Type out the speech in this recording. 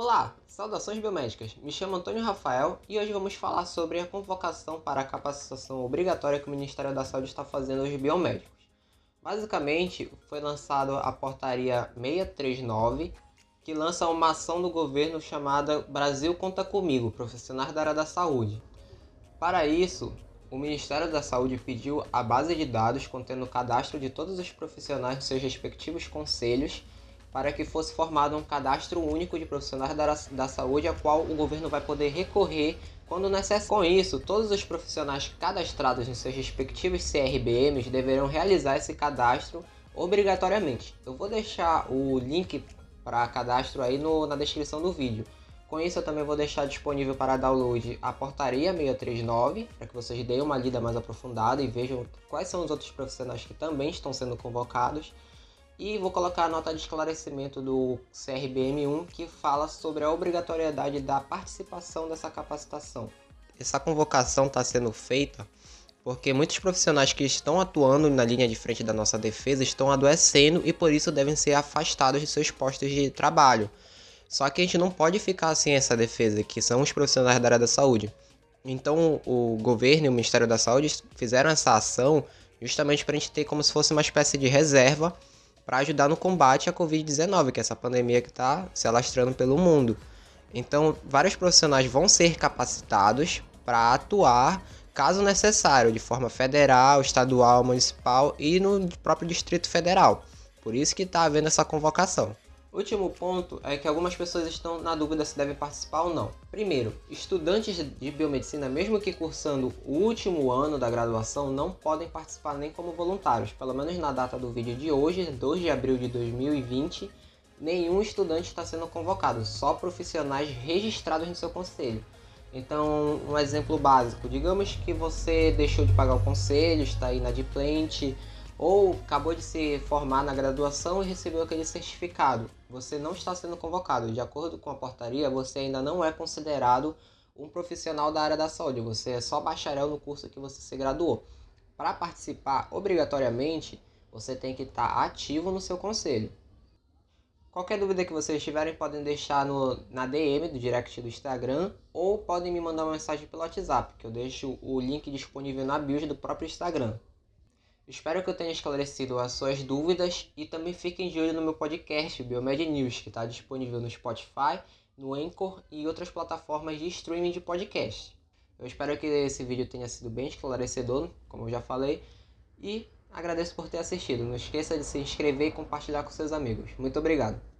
Olá, saudações biomédicas. Me chamo Antônio Rafael e hoje vamos falar sobre a convocação para a capacitação obrigatória que o Ministério da Saúde está fazendo aos biomédicos. Basicamente, foi lançada a portaria 639, que lança uma ação do governo chamada Brasil Conta Comigo, profissionais da área da saúde. Para isso, o Ministério da Saúde pediu a base de dados contendo o cadastro de todos os profissionais dos seus respectivos conselhos para que fosse formado um cadastro único de profissionais da saúde, a qual o governo vai poder recorrer quando necessário. Com isso, todos os profissionais cadastrados nos seus respectivos CRBMs deverão realizar esse cadastro obrigatoriamente. Eu vou deixar o link para cadastro aí na descrição do vídeo. Com isso, eu também vou deixar disponível para download a portaria 639, para que vocês deem uma lida mais aprofundada e vejam quais são os outros profissionais que também estão sendo convocados. E vou colocar a nota de esclarecimento do CRBM1, que fala sobre a obrigatoriedade da participação dessa capacitação. Essa convocação está sendo feita porque muitos profissionais que estão atuando na linha de frente da nossa defesa estão adoecendo e por isso devem ser afastados de seus postos de trabalho. Só que a gente não pode ficar sem essa defesa, que são os profissionais da área da saúde. Então o governo e o Ministério da Saúde fizeram essa ação justamente para a gente ter como se fosse uma espécie de reserva para ajudar no combate à Covid-19, que é essa pandemia que está se alastrando pelo mundo. Então, vários profissionais vão ser capacitados para atuar, caso necessário, de forma federal, estadual, municipal e no próprio Distrito Federal. Por isso que está havendo essa convocação. O último ponto é que algumas pessoas estão na dúvida se devem participar ou não. Primeiro, estudantes de biomedicina, mesmo que cursando o último ano da graduação, não podem participar nem como voluntários. Pelo menos na data do vídeo de hoje, 2 de abril de 2020, nenhum estudante está sendo convocado, só profissionais registrados no seu conselho. Então, um exemplo básico, digamos que você deixou de pagar o conselho, está inadimplente, ou acabou de se formar na graduação e recebeu aquele certificado. Você não está sendo convocado. De acordo com a portaria, você ainda não é considerado um profissional da área da saúde. Você é só bacharel no curso que você se graduou. Para participar obrigatoriamente, você tem que estar ativo no seu conselho. Qualquer dúvida que vocês tiverem, podem deixar na DM do direct do Instagram ou podem me mandar uma mensagem pelo WhatsApp, que eu deixo o link disponível na bio do próprio Instagram. Espero que eu tenha esclarecido as suas dúvidas e também fiquem de olho no meu podcast, Biomed News, que está disponível no Spotify, no Anchor e outras plataformas de streaming de podcast. Eu espero que esse vídeo tenha sido bem esclarecedor, como eu já falei, e agradeço por ter assistido. Não esqueça de se inscrever e compartilhar com seus amigos. Muito obrigado!